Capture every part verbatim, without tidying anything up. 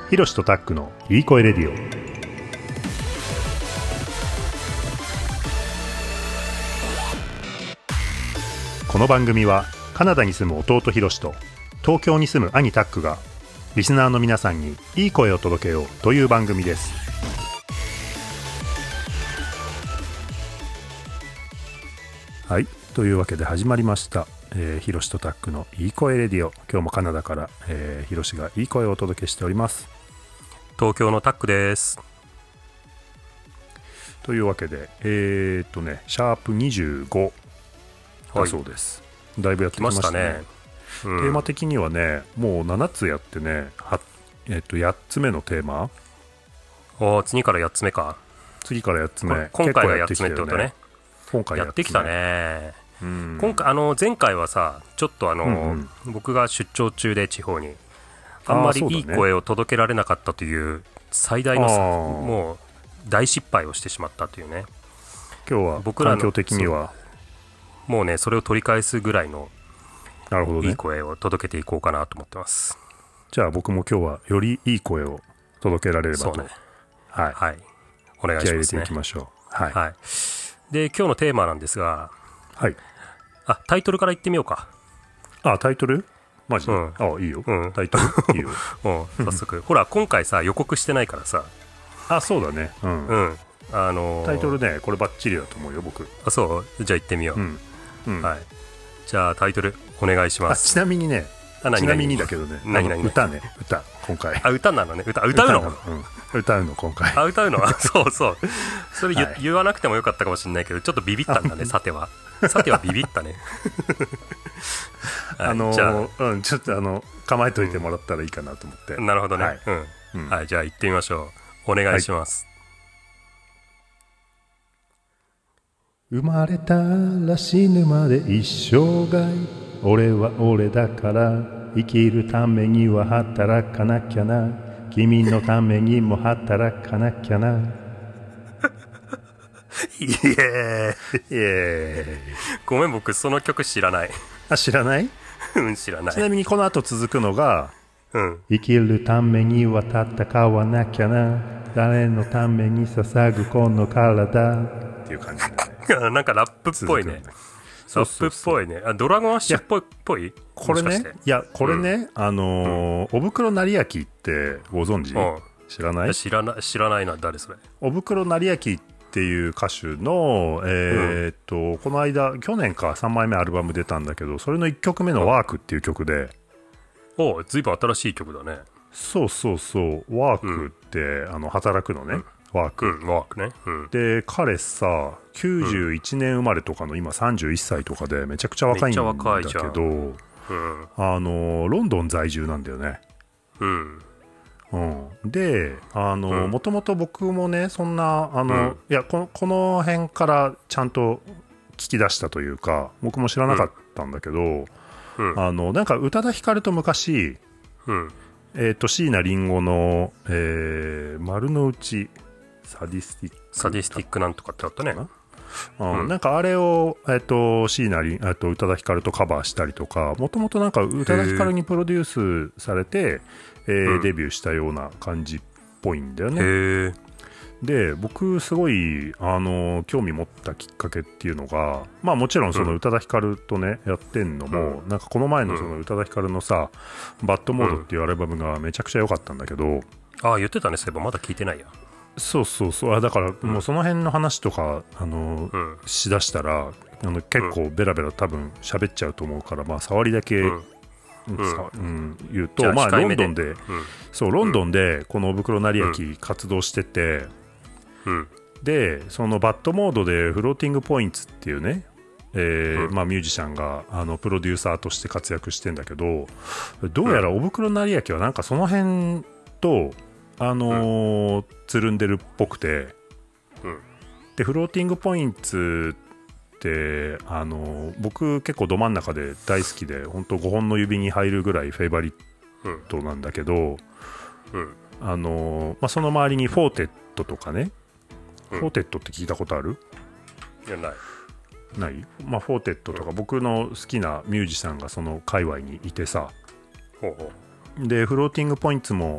ひろしとタックのいい声レディオ。この番組はカナダに住む弟ひろしと東京に住む兄タックがリスナーの皆さんにいい声を届けようという番組です。はい、というわけで始まりました、えー、ひろしとタックのいい声レディオ。今日もカナダから、えー、ひろしがいい声をお届けしております。 東京のタックです。 というわけでえー、っとねシャープにじゅうごだそうです、はい、だいぶやってきましたね。 来ましたね、うん、 テーマ的にはねもうななつやってねは、えー、っとやっつめのテーマ。 お次からやっつめか。 次からやっつめ。 今回がやっつめってことね。 今回やってきたね、うん、今回あの前回はさちょっとあの、うんうん、僕が出張中で地方にあんまりいい声を届けられなかったという最大のもう大失敗をしてしまったというね。 今日は僕らの環境的にはもうねそれを取り返すぐらいのなるほど、ね、 いい声を届けていこうかなと思ってます。 じゃあ僕も今日はよりいい声を届けられればと、 そうね、 はい、 はい、お願いしますね。気合い入れていきましょう。はい、 はい、で今日のテーマなんですが、 はい、 あタイトルから言ってみようか。 あタイトルマジで、うん、あいいよ、うん、タイトルいいよ、 うん、早速ほら今回さ予告してないからさ。 あそうだね、うん、うん、 あのー、 タイトルねこれバッチリだと思うよ僕。 あそうじゃあ行ってみよう、 うんうん、 はい、じゃあタイトルお願いします。 あちなみにねあちなみにだけどね何何歌ね歌今回あ歌なのね。歌歌うの歌うの、うん、歌うの今回あ歌うのそうそうそれ 言,、はい、言わなくてもよかったかもしれないけどちょっとビビったんだねさてはさてはビビったねあのー、じゃあ、うん、ちょっとあの構えといてもらったらいいかなと思って、 うん、なるほどね、はい、うんうん、はい、じゃあ行ってみましょう。お願いします、 はい、生まれたら死ぬまで一生涯俺は俺だから生きるためには働かなきゃな君のためにも働かなきゃなイエーイイエーイごめん僕その曲知らない。 あ知らない？ うん知らない。 ちなみにこの後続くのが、 うん、 生きるためには戦わなきゃな誰のために捧ぐこの体っていう感じだねなんかラップっぽいね。ラップっぽいね。あドラゴンアッシュっぽいっぽいこれねいやこれね、うん、あのーうん、おぶくろ成明ってご存知、うん、知らない？ 知らな知らないな。誰それ？ おぶくろ成明っていう歌手のえー、っと、うん、この間去年かさんまいめアルバム出たんだけどそれのいっきょくめのワークっていう曲で、 うん、おずいぶん新しい曲だね。 そうそうそうワークって、うん、あの働くのね、うんワーク、 うん、ワークね、うん、 で彼さきゅうじゅういちねん生まれとかの今さんじゅういっさいとかでめちゃくちゃ若いんだけど、うん、あのロンドン在住なんだよね、 うんうん、であのもともと僕もねそんなあの、うん、いやこの、この辺からちゃんと聞き出したというか僕も知らなかったんだけど、うん、あのなんか宇多田ヒカルと昔、 うんえー、と椎名林檎の、えー、丸の内サディスティックサディスティックなんとかってあったね。 うんうん、なんかあれを、えっと、椎名林檎と宇多田ヒカルとカバーしたりとかもともとなんか宇多田ヒカルにプロデュースされて、えーうん、デビューしたような感じっぽいんだよね。 へで僕すごいあの興味持ったきっかけっていうのがまあもちろんその宇多田ヒカルとね、うん、やってんのも、うん、なんかこの前のその宇多田ヒカルのさ、うん、バッドモードっていうアルバムがめちゃくちゃ良かったんだけど、 ああ言ってたね。そういえばまだ聞いてないや。 そうそうそうあだからもうその辺の話とか、あの、うん、しだしたらあの結構ベラベラ多分喋っちゃうと思うから、まあ触りだけ、うんうんうん、言うとまあロンドンで、うん、そうロンドンでこのおぶくろ成明活動してて、うん、でそのバッドモードでフローティングポインツっていうね、えーうんまあ、ミュージシャンがあのプロデューサーとして活躍してんだけどどうやらおぶくろ成明はなんかその辺とあのー、つるんでるっぽくて、うん、でフローティングポインツって、あのー、僕結構ど真ん中で大好きで本当ごほんの指に入るぐらいフェイバリットなんだけど、うんあのーまあ、その周りにフォーテッドとかね、うん、フォーテッドって聞いたことある？ いやないない、まあ、フォーテッドとか僕の好きなミュージシャンがその界隈にいてさ、 ほうほうでフローティングポインツも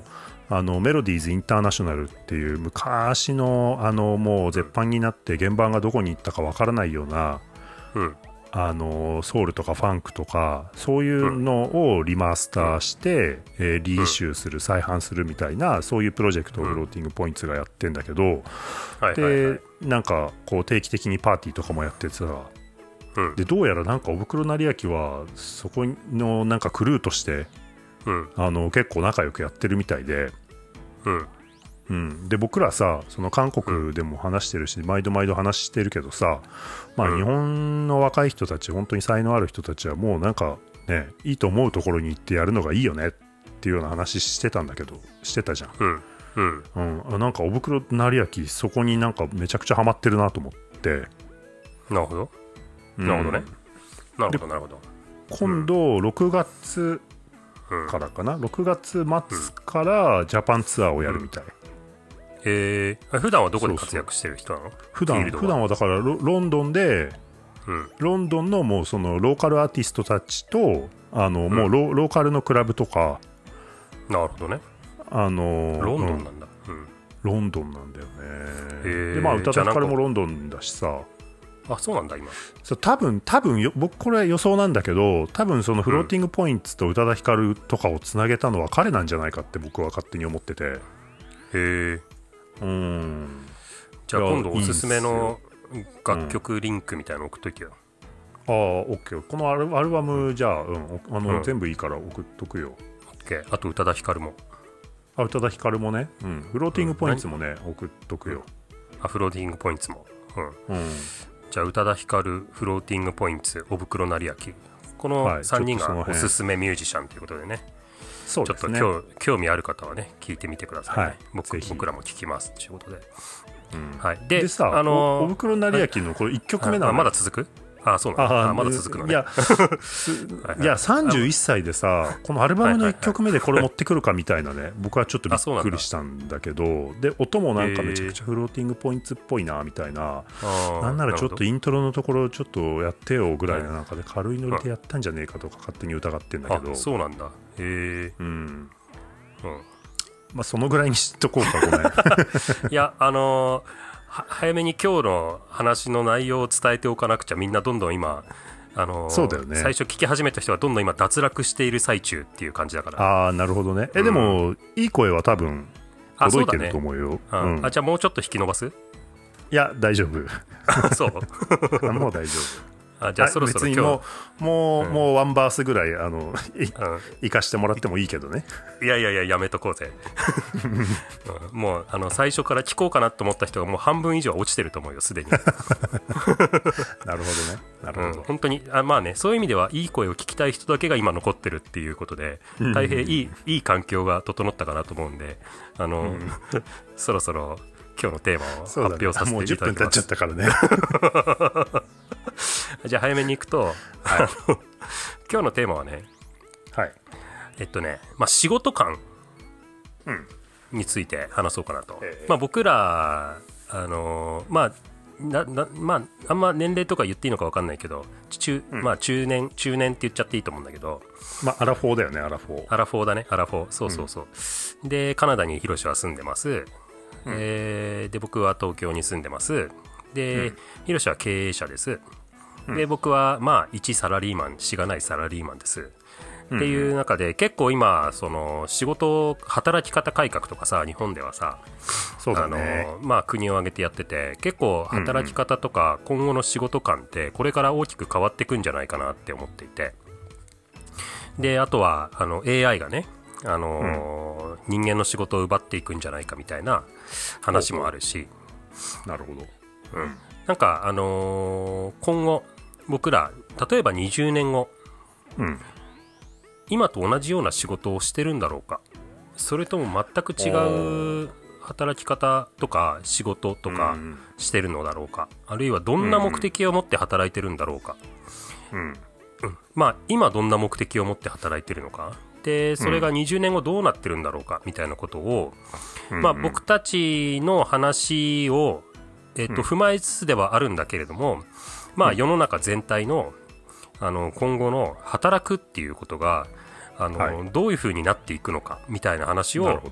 あのメロディーズインターナショナルっていう昔のあのもう絶版になって原版がどこに行ったかわからないような、うん、あのソウルとかファンクとかそういうのをリマスターして、うんえー、リイシューする、うん、再販するみたいなそういうプロジェクトをフローティングポイントがやってんだけど、うんで、はいはいはい、なんかこう定期的にパーティーとかもやっててさ、うん、でどうやらなんかおぶくろなりやきはそこのなんかクルーとして、うん、あの結構仲良くやってるみたいで、うんうん、で僕らさその韓国でも話してるし、うん、毎度毎度話してるけどさ、まあ、日本の若い人たち本当に才能ある人たちはもうなんかねいいと思うところに行ってやるのがいいよねっていうような話してたんだけどしてたじゃん、うんうんうん、なんかおぶくろなりやきそこになんかめちゃくちゃハマってるなと思って。 なるほど、うん、なるほどねなるほどなるほど今度ろくがつからかな、うん、ろくがつ末からジャパンツアーをやるみたい、うんえー、普段はどこで活躍してる人なの？ 普段普段はだからロ, ロンドンで、うん、ロンドンのもうそのローカルアーティストたちとあの、うん、もう ロ, ローカルのクラブとか。 なるほどね。 あのロンドンなんだ、うん、 ロンドンなんだよね、えー、でまあ宇多田ヒカルもロンドンだしさ。 あそうなんだ今そう多分多分よ僕これは予想なんだけど多分そのフローティングポイントと宇多田ヒカルとかをつなげたのは彼なんじゃないかって僕は勝手に思ってて。へえうんじゃあ今度おすすめの楽曲リンクみたいなの送っといてよ、 うん、ああ OK このア ル, アルバムじゃあ,、うん、あの、うん、全部いいから送っとくよ。 OK あと宇多田ヒカルもあ宇多田ヒカルもね、うん、フローティングポイントもね、うん、送っとくよ、 うん、あフローティングポイントも、うんうん、じゃあ宇多田ヒカルフローティングポイントおぶくろなりやきこのさんにんがおすすめミュージシャンということでね、そうですね、ちょっと興味ある方はね聞いてみてくださいね、はい、僕, 僕らも聞きますということで、うんはい、で, でさ、あのー、おぶくろなりやきのこれいっきょくめなの、 はい、まだ続くあそうなんだあまだ続くのね。 いやいやさんじゅういっさいでさこのアルバムのいっきょくめでこれ持ってくるかみたいなね僕はちょっとびっくりしたんだけどで音もなんかめちゃくちゃフローティングポイントっぽいなみたいな、なんならちょっとイントロのところちょっとやってよぐらいの中で軽いノリでやったんじゃねえかとか勝手に疑ってんだけど。 あそうなんだへえうん、 うんまあ、そのぐらいにしとこうかごめんいやあのー早めに今日の話の内容を伝えておかなくちゃみんなどんどん今、あのー、 そうだよね、 最初聞き始めた人はどんどん今脱落している最中っていう感じだから。 ああなるほどねえ、うん、でもいい声は多分届いてると思うよ。 あ、ねうん、あじゃあもうちょっと引き伸ばす？いや大丈夫そうもう大丈夫あじゃあそろそろ今日もうもう、うん、もうワンバースぐらいあの生かしてもらってもいいけどね。 いやいやいややめとこうぜ、うん、もうあの最初から聞こうかなと思った人がもう半分以上落ちてると思うよすでになるほどねなるほど、うん、本当にあまあねそういう意味ではいい声を聞きたい人だけが今残ってるっていうことで大変いい、いい環境が整ったかなと思うんであの、うん、そろそろ今日のテーマを発表させていただきます。もうじゅっぷん経っちゃったからねじゃあ早めに行くと、はい、今日のテーマはね、はい、えっとね、まあ、仕事観について話そうかなと、うんまあ、僕らあのー、まあななまあ、あんま年齢とか言っていいのか分かんないけど 中,、うんまあ、中年中年って言っちゃっていいと思うんだけど、 まあ、アラフォーだよねアラフォーアラフォーだねアラフォーそうそうそう、うん、でカナダにヒロシは住んでます、うんえー、で僕は東京に住んでますで、うん、ヒロシは経営者ですで僕はまあ一サラリーマンしがないサラリーマンです、うん、っていう中で結構今その仕事働き方改革とかさ日本ではさそうだねあの、まあ、国を挙げてやってて結構働き方とか今後の仕事観ってこれから大きく変わっていくんじゃないかなって思っていてであとはあの エーアイ がねあの、うん、人間の仕事を奪っていくんじゃないかみたいな話もあるしなるほど、 うん、なんかあのー、今後僕ら例えばにじゅうねんご、うん、今と同じような仕事をしてるんだろうかそれとも全く違う働き方とか仕事とかしてるのだろうか、うん、あるいはどんな目的を持って働いてるんだろうか、うんうん、まあ今どんな目的を持って働いてるのかでそれがにじゅうねんごどうなってるんだろうかみたいなことを、うんまあ、僕たちの話をえっと、踏まえつつではあるんだけれども、まあ、世の中全体 の, あの今後の働くっていうことがあの、はい、どういう風になっていくのかみたいな話を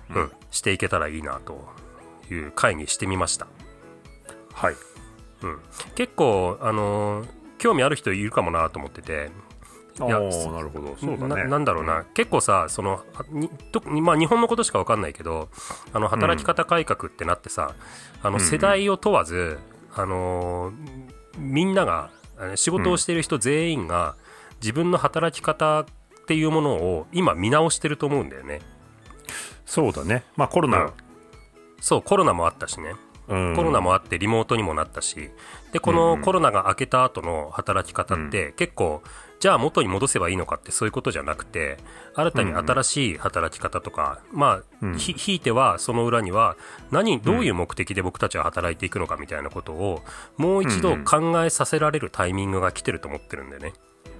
うんうん、していけたらいいなという回にしてみました。 はい、 うん、結構、あのー、興味ある人いるかもなと思ってて、 いや、なるほど、そうだね、 な, なんだろうな、うん、結構さ、そのに特に、まあ、日本のことしか分かんないけど、あの働き方改革ってなってさ、うん、あの世代を問わず、あのー、みんなが仕事をしている人全員が自分の働き方っていうものを今見直してると思うんだよね。 そうだね、まあコロナ、うん、 そうコロナもあったしね、うん、コロナもあってリモートにもなったし、でこのコロナが明けた後の働き方って結構、うん、じゃあ元に戻せばいいのかってそういうことじゃなくて、新たに新しい働き方とか、うん、まあ、うん、ひひいてはその裏には何どういう目的で僕たちは働いていくのかみたいなことをもう一度考えさせられるタイミングが来てると思ってるんでね。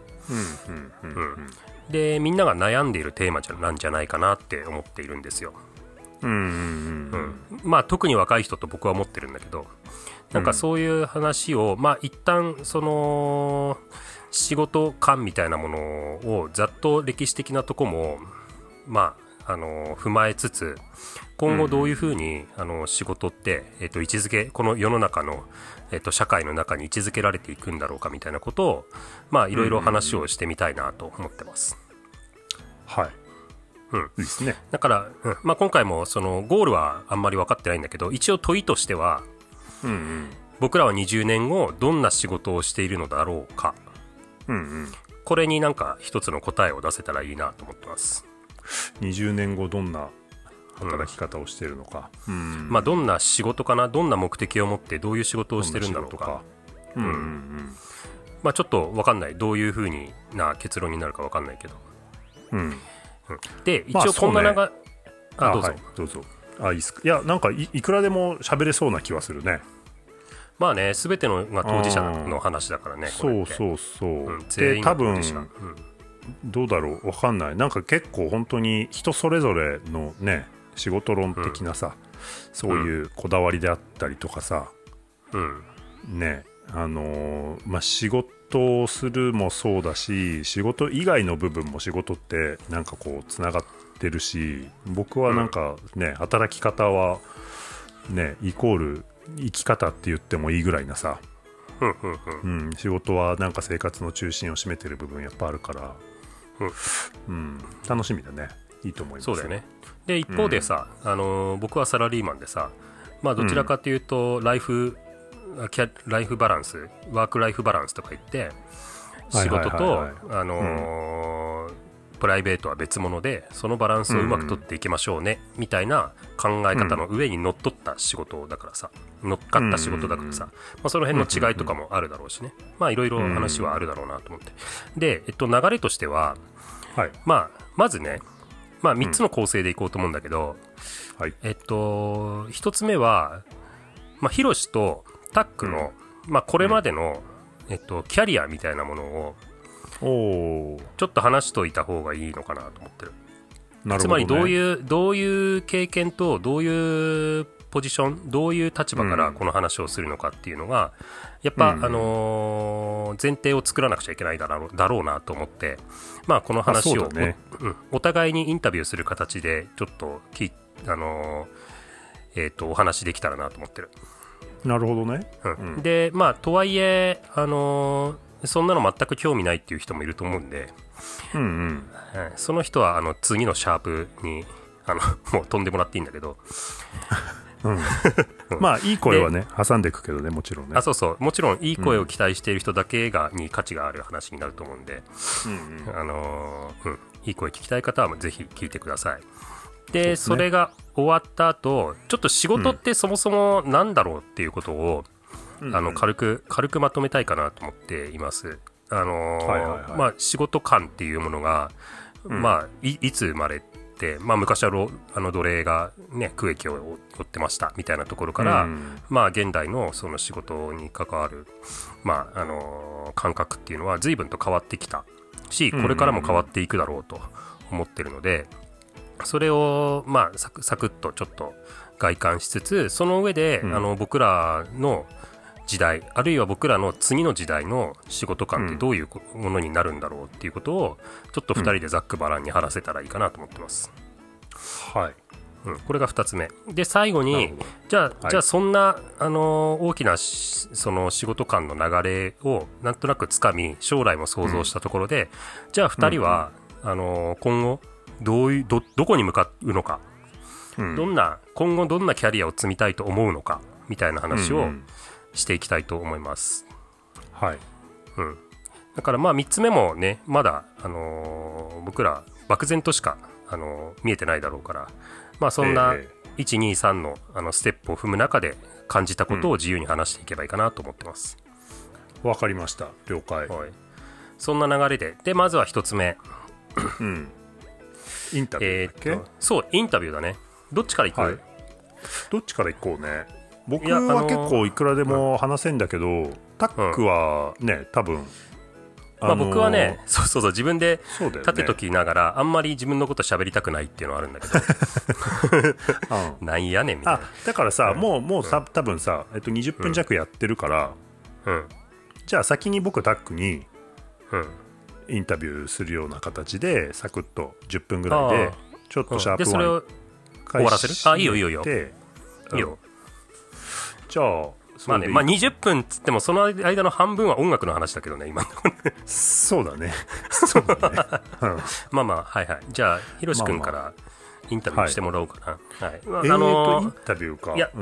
でみんなが悩んでいるテーマなんじゃないかなって思っているんですよ。うんうんうんうん、まあ特に若い人と僕は思ってるんだけど、なんかそういう話を、まあ一旦その仕事観みたいなものをざっと歴史的なとこもまああの踏まえつつ、今後どういうふうにあの仕事ってえっと位置づけ、この世の中のえっと社会の中に位置づけられていくんだろうかみたいなことをまあいろいろ話をしてみたいなと思ってます。 はい。 うん、いいですね。だから、うんまあ、今回もそのゴールはあんまり分かってないんだけど、一応問いとしては、うんうん、僕らはにじゅうねんごどんな仕事をしているのだろうか、うんうん、これになんか一つの答えを出せたらいいなと思ってます。 にじゅうねんごどんな働き方をしているのか、 うんうんまあ、どんな仕事かな、どんな目的を持ってどういう仕事をしてるんだろうか、うんうんうんまあ、ちょっと分かんない、どういう風にな結論になるか分かんないけど、うんうん、で一応こんな流れ、まあね、あどうぞ、はい、 どうぞ。あいいっすか。いやなんか い, いくらでも喋れそうな気はするね。 まあね、全てのが当事者の話だからね。これってそうそうそう、うん、で多分、うん、どうだろう、わかんない。なんか結構本当に人それぞれのね仕事論的なさ、うん、そういうこだわりであったりとかさ、うん、ねあのー、まあ仕事をするもそうだし、仕事以外の部分も仕事ってなんかこうつながってるし、僕はなんかね、うん、働き方はねイコール生き方って言ってもいいぐらいなさ、うんうんうんうん、仕事はなんか生活の中心を占めてる部分やっぱあるから、うんうん、楽しみだね。いいと思います。 そうだよね。で一方でさ、うんあのー、僕はサラリーマンでさ、まあどちらかというと、うん、ライフライフバランス、ワークライフバランスとか言って仕事とあのーうん、プライベートは別物で、そのバランスをうまく取っていきましょうね、うん、みたいな考え方の上に乗っ取った仕事だからさ、乗っかった仕事だからさ、うんまあ、その辺の違いとかもあるだろうしね、まあいろいろ話はあるだろうなと思って、で、えっと、流れとしては、はいまあ、まずね、まあ、みっつの構成でいこうと思うんだけど、うんはいえっと、ひとつめは、まあ、ヒロシとタックの、うんまあ、これまでの、うんえっと、キャリアみたいなものをおちょっと話しといた方がいいのかなと思ってる。なるほどね、つまりどういうどういう経験とどういうポジション、どういう立場からこの話をするのかっていうのが、やっぱ、うんあのー、前提を作らなくちゃいけないだろう、だろうなと思って、まあ、この話を、ねおうん、お互いにインタビューする形でちょっとき、あのーえー、とお話できたらなと思ってる。 なるほどね、 うんうん、でまあとはいえ、あのー、そんなの全く興味ないっていう人もいると思うんで、うんうんはい、その人はあの次のシャープにあのもう飛んでもらっていいんだけど、 うん、まあいい声はね挟んでいくけどね、もちろんね。 あそうそう、もちろんいい声を期待している人だけが、うん、に価値がある話になると思うんで、うんうんあのーうん、いい声聞きたい方はぜひ聞いてください。で そ, それが終わった後、ちょっと仕事ってそもそもなんだろうっていうことを、うん、あの軽く軽くまとめたいかなと思っています。あのーはいはいはいまあ、仕事観っていうものが、うんまあ、い, いつ生まれて、まあ、昔はロあの奴隷が、ね、区域を負ってましたみたいなところから、うんまあ、現代のその仕事に関わる、まああのー、感覚っていうのは随分と変わってきたし、これからも変わっていくだろうと思ってるので、それを、まあ、サクサクッとちょっと外観しつつ、その上で、うん、あの僕らの時代、あるいは僕らの次の時代の仕事観ってどういうものになるんだろうっていうことをちょっとふたりでざっくばらんに話せたらいいかなと思ってます。 うん、はい、 うん、これがふたつめで、最後にじゃあ、はい、じゃあそんな、あのー、大きなその仕事間の流れをなんとなくつかみ将来も想像したところで、うん、じゃあふたりは、うんうん、あのー、今後どういう ど, どこに向かうのか、うん、どんな今後どんなキャリアを積みたいと思うのかみたいな話をしていきたいと思います、 うんうん、はい、 うん、だからまあみっつめもねまだ、あのー、僕ら漠然としか、あのー、見えてないだろうから、まあそんな、えー、いちにさん の, あのステップを踏む中で感じたことを自由に話していけばいいかなと思ってます。 わ、うん、かりました、了解、 はい、そんな流れででまずはひとつめ、 うん、インタビューだっけ、えー、 そうインタビューだね。どっちから行く、はい、 どっちから行こうね。僕は結構いくらでも話せんだけど、うん、タックはね、うん、多分まあ、僕はね、そうそうそう自分で立てときながら、ね、あんまり自分のこと喋りたくないっていうのはあるんだけど、うん、なんやねんみたいな。 あだからさ、うん、もうもうさ、うん、多分さ、えっと、にじゅっぷん弱やってるから、うん、じゃあ先に僕タックにインタビューするような形でサクッとじゅっぷんぐらいでちょっとシャープワン、うん、でそれを終わらせる。あいいよいいよいいよ、いいよ。 じゃあまあね、まあにじゅっぷんっつってもその間の半分は音楽の話だけどね今のそうだねそうだね、うん、 まあまあはいはい。じゃあひろし君からインタビューしてもらおうかな。はい、 はい、あのー、インタビューか。 いや、うん、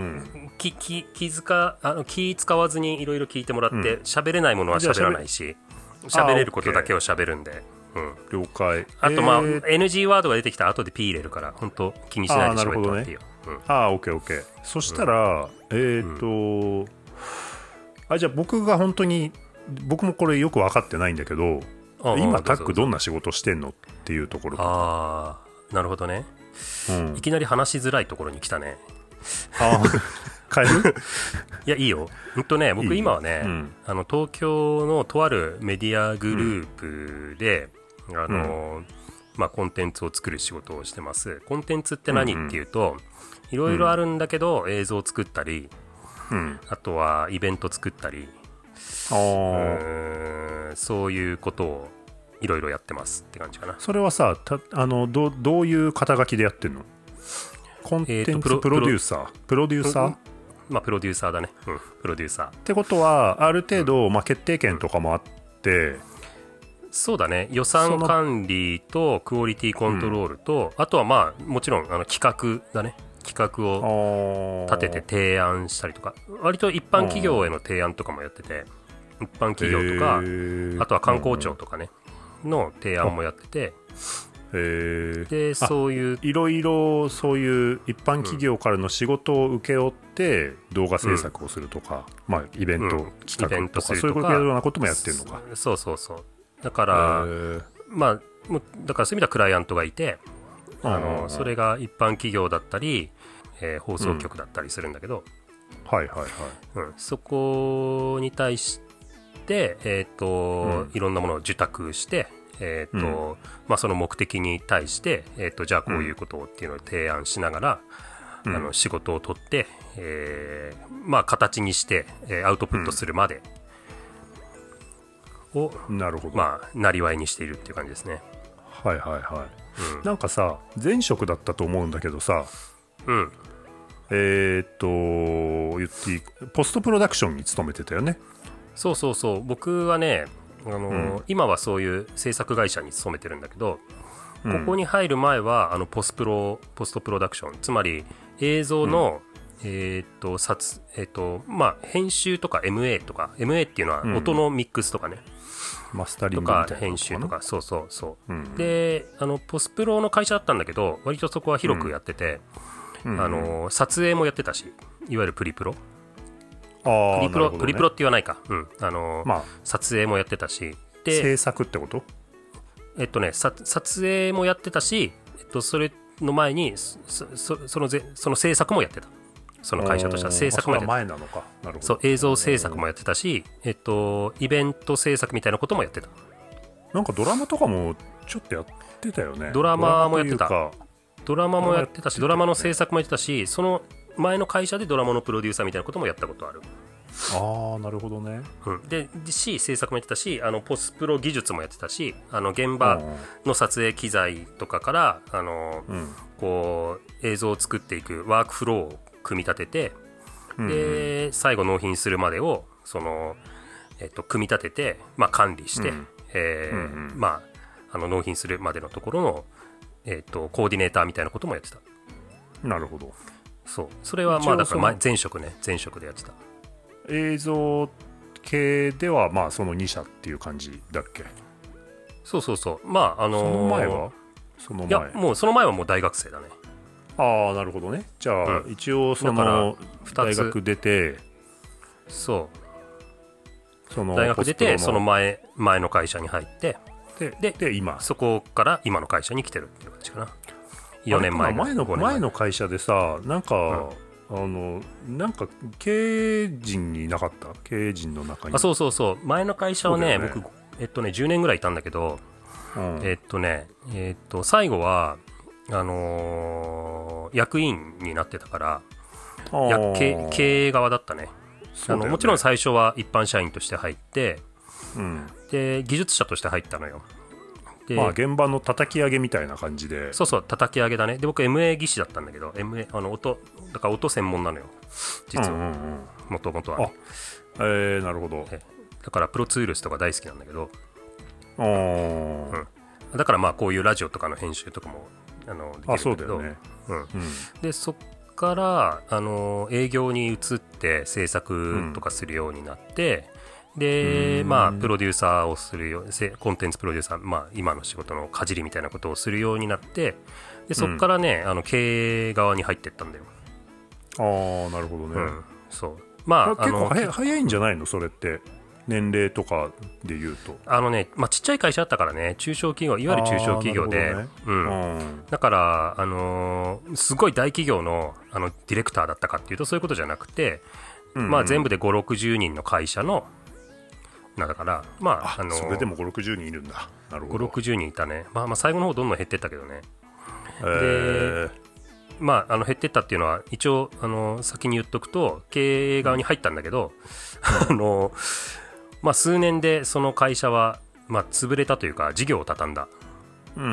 気気気づあの気使わずにいろいろ聞いてもらって喋、うん、れないものは喋らないし喋れることだけを喋るんで、うん、 了解。 あとまあ、えー、エヌジー ワードが出てきたら後で P 入れるから本当気にしないで喋ってもらっていいよ。 ああ、オッケーオッケー。そしたら、うん、えーと、うん、あじゃあ僕が本当に僕もこれよく分かってないんだけど、ああ今タックどんな仕事してんのっていうところとか。 ああ、なるほどね、うん、いきなり話しづらいところに来たね。 あ変えるいやいいよ。ほんとね、僕今はね、うん、あの東京のとあるメディアグループで、うん、あの、うんまあ、コンテンツを作る仕事をしてます。コンテンツって何、うんうん、っていうといろいろあるんだけど、うん、映像を作ったり、うん、あとはイベント作ったり、あーそういうことをいろいろやってますって感じかな。 それはさたあの ど, どういう肩書きでやってんの？コンテンツプロ、プロデューサープロデューサー、うん、 まあプロデューサーだね、うん、プロデューサーってことはある程度、うんまあ、決定権とかもあって、うんそうだね。予算管理とクオリティコントロールと、うん、あとはまあもちろんあの企画だね。企画を立てて提案したりとか、割と一般企業への提案とかもやってて、一般企業とか、あとは観光庁とかねの提案もやってて、 へでそういういろいろそういう一般企業からの仕事を請け負って動画制作をするとか、うん、まあイベント企画とか、うん、そういうようなこともやってるのか。 そうそうそう。だからまあだからそういう意味ではクライアントがいて、あのそれが一般企業だったり、えー、放送局だったりするんだけど、 うん、はいはいはい、 うん、そこに対して、えーとうん、いろんなものを受託して、えーとうんまあ、その目的に対して、えーと、じゃあこういうことをっていうのを提案しながら、うん、あの仕事を取って、えーまあ、形にして、えー、アウトプットするまで、をなるほど、 まあ、なりわいにしているっていう感じですね。 はいはいはい、うん、なんかさ前職だったと思うんだけどさ、 うん、 えー、っと言っていいポストプロダクションに勤めてたよね。 そうそうそう。僕はねあの、うん、今はそういう制作会社に勤めてるんだけど、ここに入る前はあのポスプロポストプロダクション、つまり映像の、うん、えー、っと撮えー、っとまあ編集とか エムエー とか エムエー っていうのは音のミックスとかね、 うん、マスタリングみたいなとか編集とかそうそうそう、うん、 でであのポスプロの会社だったんだけど割とそこは広くやってて、うん、あの撮影もやってたし、いわゆるプリプロあプリプロ、 ね、 プリプロって言わないか、うんあのまあ、撮影もやってたしで制作ってことえっとねさ撮影もやってたし、えっと、それの前にそ, そ, そ, のぜその制作もやってた。その会社としては制作もやってた。 前なのか。なるほど。 そう映像制作もやってたし、えっと、イベント制作みたいなこともやってた。 なんかドラマとかもちょっとやってたよね。 ドラマもやってた。ドラマもやってたし、ドラマの制作もやってたし、その前の会社でドラマのプロデューサーみたいなこともやったことある。 ああなるほどね、 うん、でし制作もやってたし、あのポスプロ技術もやってたし、あの現場の撮影機材とかからあの、うん、こう映像を作っていくワークフローを組み立てて、うん、で最後納品するまでをその、えっと、組み立てて、まあ、管理して、うんえーうんうんまあ、あの納品するまでのところの、えっと、コーディネーターみたいなこともやってた。 なるほど。 そうそれはまあだから前職ね前職でやってた。 映像系ではまあそのに社っていう感じだっけ。 そうそうそうまああのー、その前はその前いやもうその前はもう大学生だね。 ああなるほどね。じゃあ、うん、一応その大学出てそうその大学出てその前前の会社に入ってで で, で今そこから今の会社に来てるっていう感じかな。よねんまえの前の前の会社でさなんか、うんあのなんか経営陣になかった経営陣の中に。 あそうそうそう前の会社は ね, ね僕えっとねじゅうねんぐらいいたんだけど、うん、えっとねえっと最後はあのー、役員になってたからや経, 経営側だったね。あのもちろん最初は一般社員として入って、うん、で技術者として入ったのよ。 でまあ現場の叩き上げみたいな感じで。 そうそう叩き上げだね。で僕 エムエー 技師だったんだけど エムエー あの音だから音専門なのよ実はもともとはね。 あえー、なるほど。 だからプロツールスとか大好きなんだけど、 うん、 だからまあこういうラジオとかの編集とかもあのできるんだけど、あそうだよね、うんうん、でそっからあの営業に移って制作とかするようになって、うん、でまあプロデューサーをするよコンテンツプロデューサー、まあ、今の仕事のかじりみたいなことをするようになってでそっからね、うん、あの経営側に入っていったんだよ。 ああなるほどね、うん、 そうまあ結構早, 早いんじゃないのそれって年齢とかでいうと。 あのね、まあ、ちっちゃい会社だったからね中小企業いわゆる中小企業で、ねうんうん、だから、あのー、すごい大企業 の, あのディレクターだったかっていうとそういうことじゃなくて、うんうんまあ、全部でごじゅうろくじゅうにんの会社のなんだからまあ、 あのー、それでもごじゅうろくじゅうにんいるんだ。なるほどごじゅうろくじゅうにんいたね、まあ、まあ最後の方どんどん減ってったけどね、えー、でまあ、あの減ってったっていうのは一応あの先に言っとくと経営側に入ったんだけど、うん、あのまあ、数年でその会社は、まあ、潰れたというか事業を畳んだ、うんうん、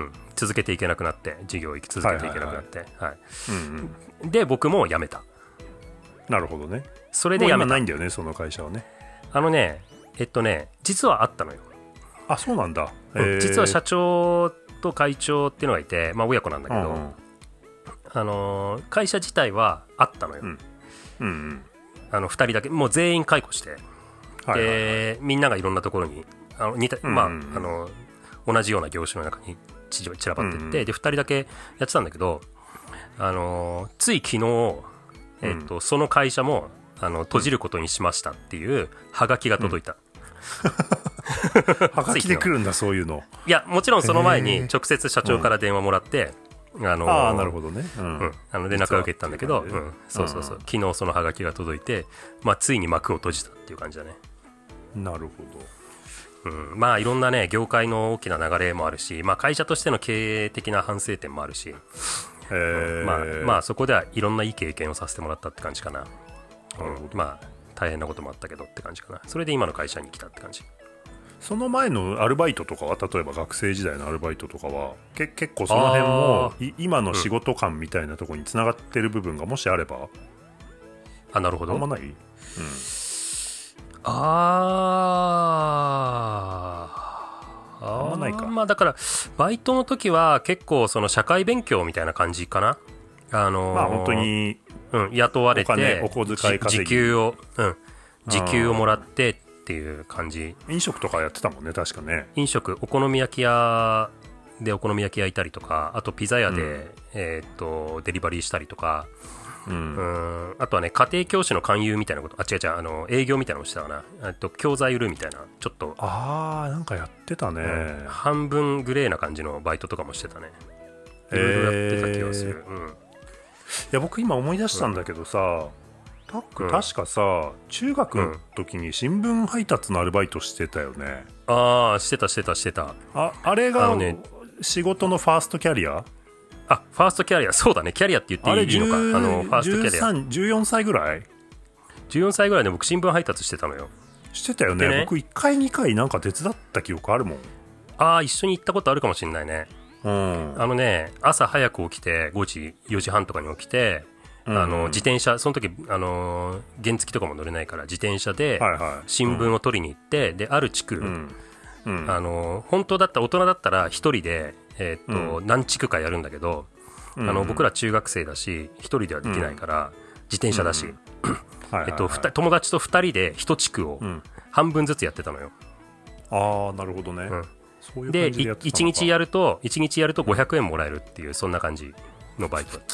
続けていけなくなって事業を続けていけなくなってで僕も辞めた。 なるほどね。 それで辞めた。 もう今ないんだよねその会社はね。 あのねえっとね実はあったのよ。 あそうなんだ、 えー、実は社長と会長っていうのがいて、まあ、親子なんだけど、うんうんあのー、会社自体はあったのよ、うんうんうん、あのふたりだけもう全員解雇して、はいはいはい、でみんながいろんなところにあの似た、うんうんまあ、あの同じような業種の中に散らばっていって、うんうん、でふたりだけやってたんだけど、あのー、つい昨日、えーとうん、その会社もあの閉じることにしましたっていうハガキが届いた、 うん、ハガキで来るんだそういうの。 いやもちろんその前に直接社長から電話もらって、あのー、 ああなるほどね、うんうん、 あの連絡を受けたんだけど、うん、そうそうそう、うん、昨日そのハガキが届いて、まあ、ついに幕を閉じたっていう感じだね。 なるほど、うん、まあいろんなね業界の大きな流れもあるし、まあ、会社としての経営的な反省点もあるし、えーうんまあ、まあそこではいろんないい経験をさせてもらったって感じかな。なるほど、まあ大変なこともあったけどって感じかな。それで今の会社に来たって感じ。 その前のアルバイトとかは例えば学生時代のアルバイトとかはけ結構その辺も今の仕事感みたいなところにつながってる部分がもしあれば、うん、 あなるほどあんまない、うん、 ああんまないか。 まあだからバイトの時は結構その社会勉強みたいな感じかな。あのー、 まあ本当に、 うん、雇われてお金お小遣い稼ぎ時給を、うん、時給をもらってっていう感じ。 飲食とかやってたもんね確かね。 飲食お好み焼き屋でお好み焼き焼いたりとか、あとピザ屋で、うんえー、っとデリバリーしたりとか、うん、うんあとはね家庭教師の勧誘みたいなこと、あ違う違うあの営業みたいなのをしてたかな。と教材売るみたいなちょっとあーなんかやってたね、うん、 半分グレーな感じのバイトとかもしてたね。いろいろやってた気がする、えーうん、いや僕今思い出したんだけどさ、うんタック確かさ、うん、中学の時に新聞配達のアルバイトしてたよね、 うん、ああしてたしてたしてた。 あ, あれが仕事のファーストキャリア。 あファーストキャリアそうだねキャリアって言っていいのか。あのファーストキャリアじゅうよんさいぐらいじゅうよんさいぐらいで僕新聞配達してたのよ。 してたよ ね, ね僕いっかいにかいなんか手伝った記憶あるもん。 ああ一緒に行ったことあるかもしれないね。うん、あのね朝早く起きてごじよじはんとかに起きて、うんうん、あの自転車その時あの原付とかも乗れないから自転車で新聞を取りに行って、うん、である地区、うんうん、あの本当だったら大人だったら一人で、えーっとうん、何地区かやるんだけど、うん、あの僕ら中学生だし一人ではできないから、うん、自転車だし、うんえっと、友達とふたりで一地区を半分ずつやってたのよ。 ああなるほどね、うんそういう感じでやってたのか。でいちにちやるといちにちやるとごひゃくえんもらえるっていうそんな感じのバイト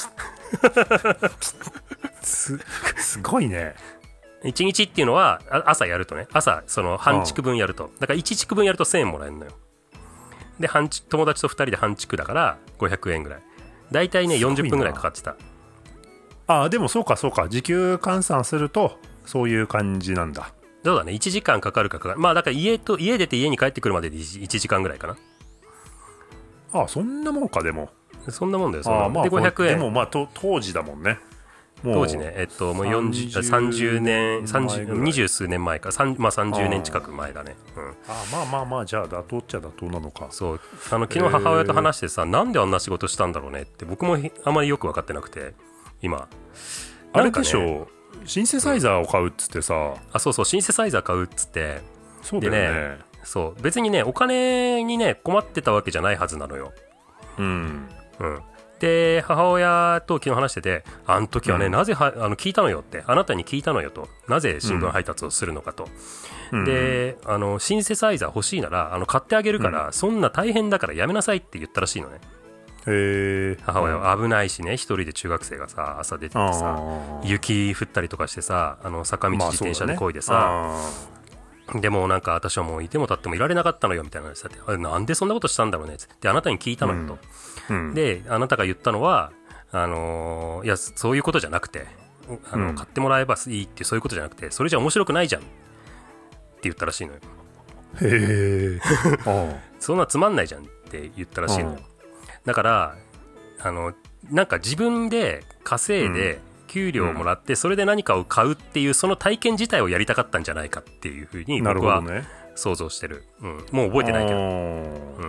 す, すごいね。 いちにちっていうのは朝やるとね朝その半地区分やるとだからいち地区分やるとせんえんもらえるのよ。で半友達とふたりで半地区だからごひゃくえんぐらいだいたいねよんじゅっぷんぐらいかかってた。 ああでもそうかそうか時給換算するとそういう感じなんだ。 そうだねいちじかんかかるかかかるまあだから家と家出て家に帰ってくるまででいちじかんぐらいかな。 ああそんなもんか。でもそんなもんだよそんなもん。 あ、まあ、 でごひゃくえんでもまあと当時だもんね。 もう当時ねえっともうよんじゅう、さんじゅうねんさんじゅう、にじゅう数年前かまあさんじゅうねん近く前だね。うん、 あまあまあまあじゃあ妥当っちゃ妥当なのか。 そうあの昨日母親と話してさ、えー、なんであんな仕事したんだろうねって僕もあまりよく分かってなくて今あれでしょ、ね、シンセサイザーを買うっつってさ、うん、 あそうそうシンセサイザー買うっつってそうだよね。 でねそう別にねお金にね困ってたわけじゃないはずなのよ。 うんうんで母親と昨日話しててあの時はね、うん、なぜはあの聞いたのよってあなたに聞いたのよとなぜ新聞配達をするのかと、うん、であのシンセサイザー欲しいならあの買ってあげるから、うん、そんな大変だからやめなさいって言ったらしいのね。 へ母親は危ないしね一人で中学生がさ朝出ててさ雪降ったりとかしてさあの坂道自転車で漕いでさ、まあね、でもなんか私はもういても立ってもいられなかったのよみたいな話だってなんでそんなことしたんだろうねってあなたに聞いたのよと、うんうん、であなたが言ったのはあのー、いやそういうことじゃなくてあの、うん、買ってもらえばいいってそういうことじゃなくてそれじゃ面白くないじゃんって言ったらしいのよ。 へえそんなつまんないじゃんって言ったらしいのよ。だからあのなんか自分で稼いで給料をもらってそれで何かを買うっていうその体験自体をやりたかったんじゃないかっていうふうに僕は想像してる、うん、もう覚えてないけど、うん、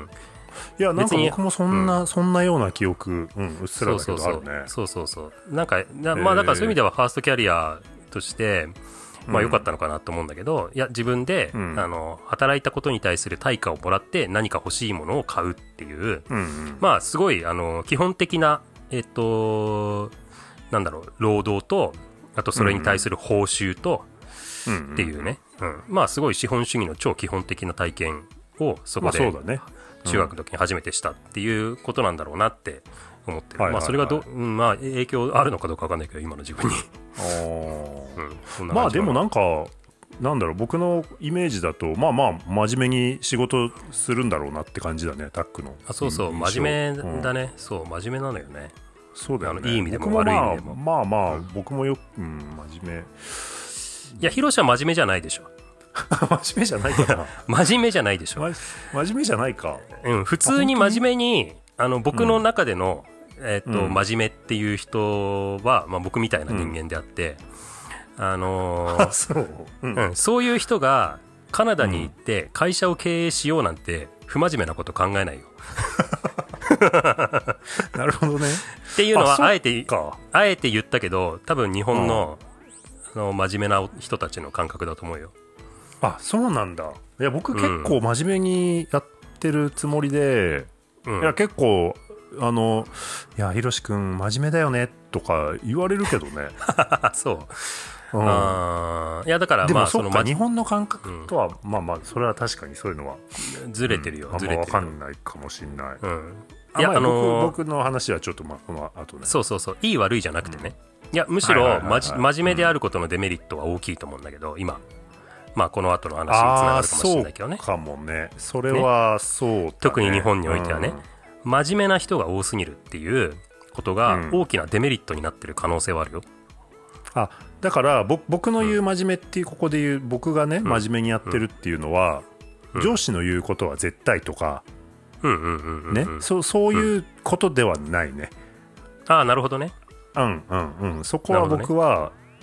いやなんか僕もそんな、うん、そんなような記憶、うん、うっすらだけどあるね。 そうそうそうなんかな、まあ、だからそういう意味ではファーストキャリアとしてまあ良かったのかなと思うんだけど、うん、いや自分で、うん、あの働いたことに対する対価をもらって何か欲しいものを買うっていう、うんうん、まあすごいあの基本的なえっとなんだろう労働とあとそれに対する報酬と、うんうん、っていうね、うん、まあすごい資本主義の超基本的な体験をそこで、まあそうだね、中学の時に初めてしたっていうことなんだろうなって思ってる、うん、まあそれがど、うん、まあ影響あるのかどうか分かんないけど今の自分にうん、まあでもなんかなんだろう僕のイメージだとまあまあ真面目に仕事するんだろうなって感じだねタックの。 あそうそう真面目だね、うん、そう真面目なのよね。 そうだよね。 あのいい意味でも悪い意味でもまあまあ、うん、僕もよく、うん、真面目。 いやヒロシは真面目じゃないでしょ真面目じゃないかな真面目じゃないでしょ真面目じゃないか、 うん、普通に真面目にあの僕の中での、うんえーとうん、真面目っていう人は、まあ、僕みたいな人間であって、うんあのーそう、 うんうん、そういう人がカナダに行って会社を経営しようなんて不真面目なこと考えないよなるほどねっていうのはあえてあえて言ったけど多分日本の、あの真面目な人たちの感覚だと思うよ。 あそうなんだ。いや僕結構真面目にやってるつもりで、うん、いや結構あのいやひろし君真面目だよねとか言われるけどねそう、うん、あいやだからでもまあそっか日本の感覚とは、うん、まあまあそれは確かにそういうのはずれてるよ、うん、 ずれてるよあんま分かんないかもしんない、うん、 いやあ、まあ、あのー、僕, 僕の話はちょっとまあこの後ねそうそうそういい悪いじゃなくてね、うん、いやむしろ真面目であることのデメリットは大きいと思うんだけど今まあこの後の話につながるかもしれないけどね。 そうかもねそれはそうだね、ね特に日本においてはね、うん、真面目な人が多すぎるっていうことが大きなデメリットになってる可能性はあるよ、 うん、あだから僕の言う真面目っていうここで言う僕がね、うん、真面目にやってるっていうのは、うん、上司の言うことは絶対とかねそういうことではないね、 うん、ああなるほどねうんうんうんそこは僕は、ね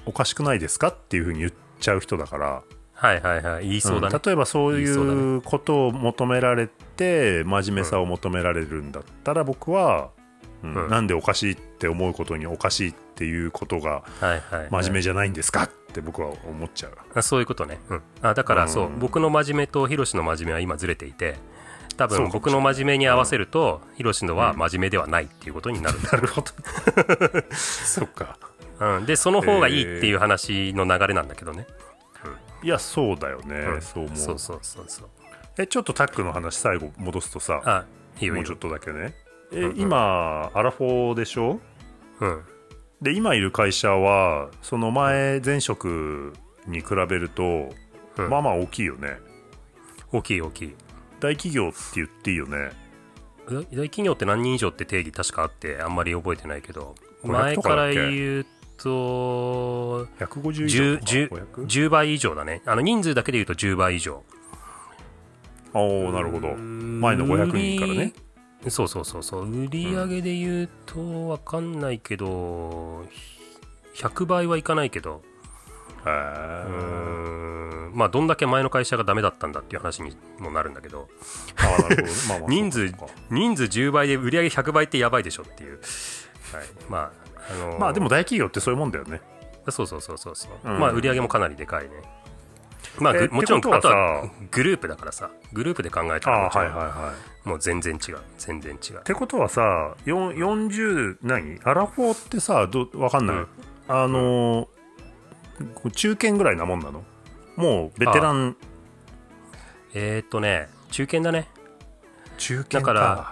おかしくないですかっていうふうに言っちゃう人だから、 はいはいはい、言いそうだね、 うん、例えばそういうことを求められて真面目さを求められるんだったら、僕は、うんうん、なんでおかしいって思うことにおかしいっていうことが真面目じゃないんですかって僕は思っちゃう、はいはいはい、 あそういうことね、うん、あだからそう、うん、僕の真面目とヒロシの真面目は今ずれていて、多分僕の真面目に合わせると、ヒロシのは真面目ではないっていうことになる、うん、 なるほどそっか、 うん、でその方がいいっていう話の流れなんだけどね、 いやそうだよね、うん、そう思う。 そうそうそうそう。 えちょっとタックの話最後戻すとさ、 あいいよいいよ、 もうちょっとだけね、え、うんうん、今アラフォーでしょ、うん、で今いる会社はその前前職に比べると、うん、まあまあ大きいよね。 大きい大きい。 大企業って言っていいよね。 大企業って何人以上って定義確かあってあんまり覚えてないけど、前から言うとひゃくごじゅう以上とかじゅう, じゅうばい以上だね。あの人数だけで言うとじゅうばい以上。 ああなるほど。前のごひゃくにんからね。 そうそうそうそう。売り上げで言うと分かんないけど、ひゃくばいはいかないけど、 へー、うーんまあどんだけ前の会社がダメだったんだっていう話にもなるんだけど、 あなるほど、まあまあ人数人数じゅうばいで売り上げひゃくばいってやばいでしょっていう、はい、まああのー、 まあでも大企業ってそういうもんだよね。 そうそうそうそうそう、うん、まあ売り上げもかなりでかいね。まあ、 えー、 もちろんあとはグループだからさ、グループで考えたらもちろん、はいはいはい、もう全然違う全然違う。 ってことはさ、よんじゅう何アラフォーってさ、ど分かんない、うん、あのーうん、中堅ぐらいなもんなの？もうベテラン？ えー、っとね中堅だね。 中堅か。 だから、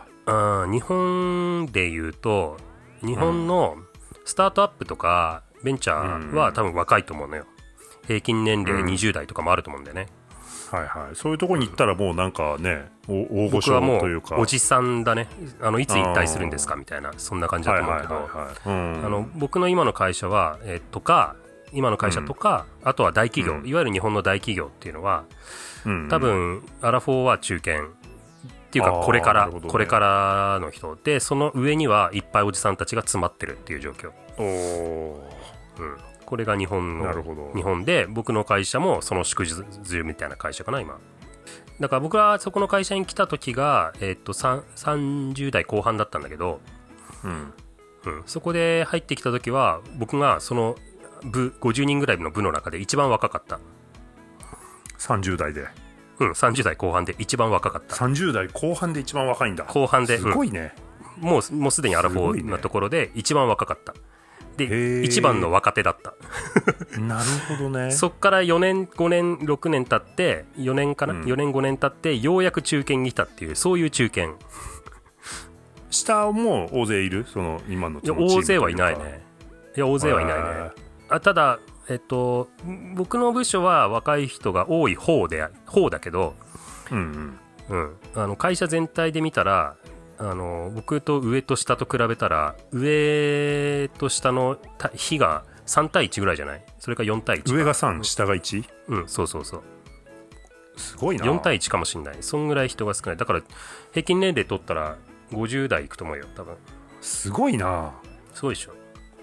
うん、日本でいうと日本のスタートアップとかベンチャーは多分若いと思うのよ。平均年齢にじゅう代とかもあると思うんだよね、 うん、はいはい。そういうところに行ったらもうなんかね、大御所というか、 僕はもうおじさんだね。あのいつ引退するんですかみたいな、そんな感じだと思うけど、僕の今の会社は、えー、とか今の会社とか、うん、あとは大企業、うん、いわゆる日本の大企業っていうのは、うん、多分アラフォーは中堅っていうか、これから、ね、これからの人で、その上にはいっぱいおじさんたちが詰まってるっていう状況。おー、うんこれが日本の日本で、僕の会社もその縮図みたいな会社かな今。だから僕はそこの会社に来た時が、えー、っとさんじゅう代後半だったんだけど、うんうん、そこで入ってきた時は僕がその部ごじゅうにんぐらいの部の中で一番若かった。 さんじゅう代で、 うん、さんじゅう代後半で一番若かった。 さんじゅう代後半で一番若いんだ。 後半で、 すごいね、 うん、もうもうすでにアラフォーなところで一番若かった。で一番の若手だったなるほどね。 そっからよねんごねんろくねん経ってよねんかな、うん、よねんごねん経ってようやく中堅に来たっていう、そういう中堅。 下も大勢いる？その今のチーム。 いや大勢はいないね。いや大勢はいないね。あただえっと僕の部署は若い人が多い方で方だけど、うんうんうん、あの会社全体で見たらあの僕と上と下と比べたら上と下の比がさん対いちぐらいじゃない？それかよん対いち。 上がさん、下がいち？ うんそうそうそう。 すごいな。 よん対いちかもしんない。そんぐらい人が少ない。だから平均年齢取ったらごじゅう代いくと思うよ多分。 すごいな。 すごいでしょ。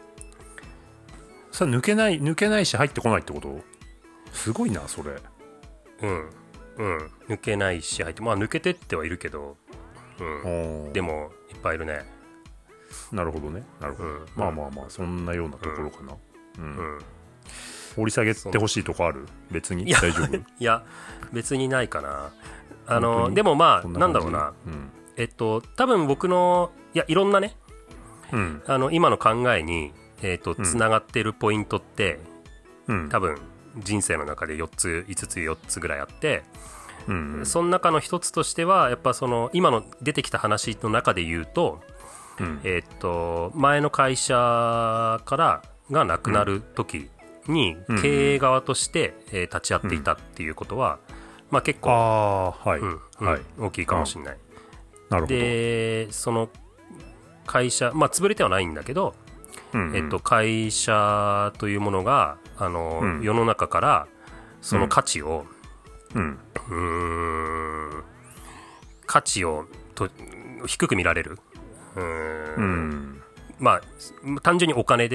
さ抜けない抜けないし入ってこないってこと？すごいなそれ。 うんうん抜けないし入って、まあ抜けてってはいるけど、うん、でもいっぱいいるね。 なるほどねなるほど、うん、まあまあまあそんなようなところかな、うんうんうん、掘り下げてほしいとこある？別に大丈夫？ いや別にないかな。あのでもまあ な, なんだろうな、うん、えっと多分僕のいやいろんなね、うん、あの今の考えにえっとつながってるポイントって、うん、多分人生の中でよっついつつよっつぐらいあって、うんうん、その中の一つとしてはやっぱその今の出てきた話の中で言うと、うん、えー、っと前の会社からがなくなる時に経営側として、うんえー、立ち会っていたっていうことは、うんまあ、結構あ、はいうんうんはい、大きいかもしれない。 なるほど。 でその会社まあ潰れてはないんだけど、うんうんえー、っと会社というものがあの、うん、世の中からその価値を、うん、うーん価値をと低く見られるうーん、うん、まあ単純にお金でね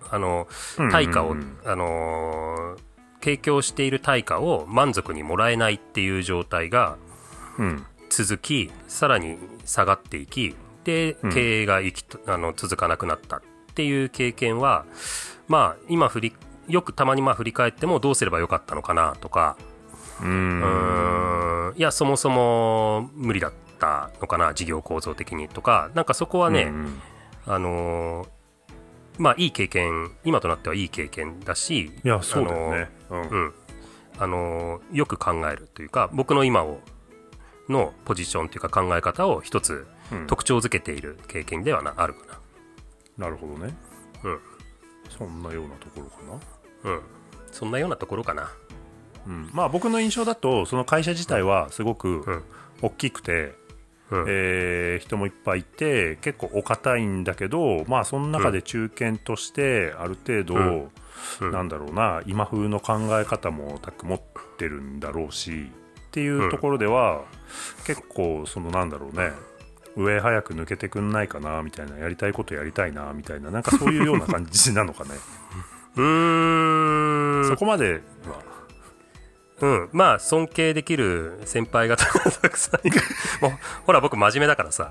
あの対価を、うんうんうん、あの提供している対価を満足にもらえないっていう状態が続き、うん、さらに下がっていきで経営が生き、うん、あの続かなくなったっていう経験は、まあ今振りよくたまにまあ振り返ってもどうすればよかったのかなとか、うーん、うーんいやそもそも無理だったのかな事業構造的にとか、なんかそこはね、うんうん、あのー、まあいい経験、今となってはいい経験だし、 いやそうだよね、 あのーうんうんあのー、よく考えるというか、僕の今をのポジションというか考え方を一つ特徴づけている経験ではなあるかな。なるほどね。 うん。 そんなようなところかな。 うん。そんなようなところかな。 うん。まあ僕の印象だとその会社自体はすごく大きくて、うん、えー、人もいっぱいいて結構お堅いんだけど、まあその中で中堅としてある程度、うんうん、なんだろうな、今風の考え方もたく持ってるんだろうしっていうところでは、うん、結構そのなんだろうね、上早く抜けてくんないかなみたいな、やりたいことやりたいなみたいな、なんかそういうような感じなのかね。 うーん、 そこまでは、 うん、まあ尊敬できる先輩方がたくさんいる。もうほら僕真面目だからさ。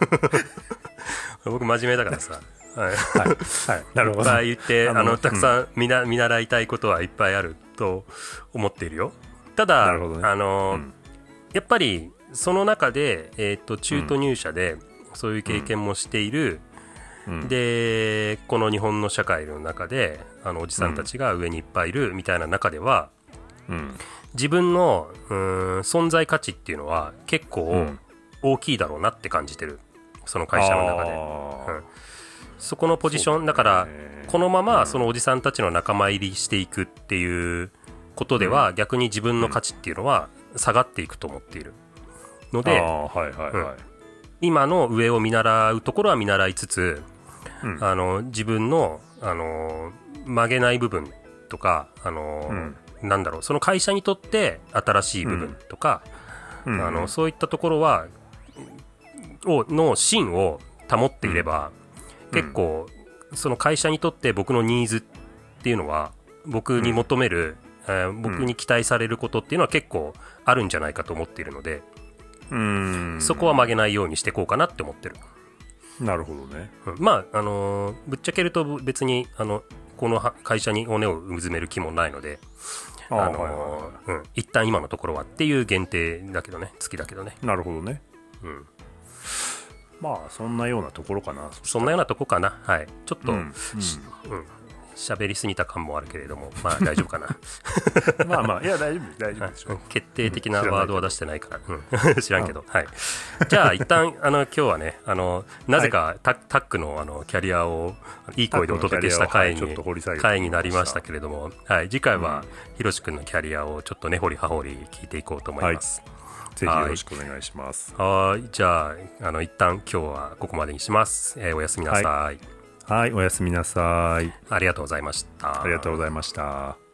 僕真面目だからさ。はい、はいはい、なるほど。いっぱい言ってあのあのたくさん 見な、うん、見習いたいことはいっぱいあると思っているよ。ただ、なるほどね、あの、うん、やっぱりその中で、えー、と中途入社でそういう経験もしている、うん、でこの日本の社会の中であのおじさんたちが上にいっぱいいるみたいな中では、うん、自分のうーん存在価値っていうのは結構大きいだろうなって感じてる、その会社の中で、うん、そこのポジションだからこのままそのおじさんたちの仲間入りしていくっていうことでは、うん、逆に自分の価値っていうのは下がっていくと思っているので、はいはいはい、うん、今の上を見習うところは見習いつつ、うん、あの自分の、あの曲げない部分とか、あの、うん、なんだろう、その会社にとって新しい部分とか、うん、あのそういったところはをの芯を保っていれば、うん、結構その会社にとって僕のニーズっていうのは僕に求める、うんえー、僕に期待されることっていうのは結構あるんじゃないかと思っているので、うーん、そこは曲げないようにしていこうかなって思ってる。 なるほどね、 うん、まああのー、ぶっちゃけると別にあのこの会社に骨をうずめる気もないので、あのーはいはいはいうん、一旦今のところはっていう限定だけどね、月だけどね。 なるほどね、うん、まあそんなようなところかな。 そんなようなとこかな。はい、ちょっと、うんうんうん喋りすぎた感もあるけれども、まあ大丈夫かな。 まあまあ、いや大丈夫大丈夫でしょう。 決定的なワードは出してないから、うん、知らんけど、はい。じゃあ一旦あの今日はね、あのなぜかタ、はい、タックのあのキャリアをいい声でお届けした回に、はい、回になりましたけれども、はい、次回はひろし君のキャリアをちょっと根掘り葉掘り聞いていこうと思います。 はい、ぜひよろしくお願いします。 はい、じゃああの一旦今日はここまでにします。えー、おやすみなさい。はいはい、おやすみなさい。 ありがとうございました。 ありがとうございました。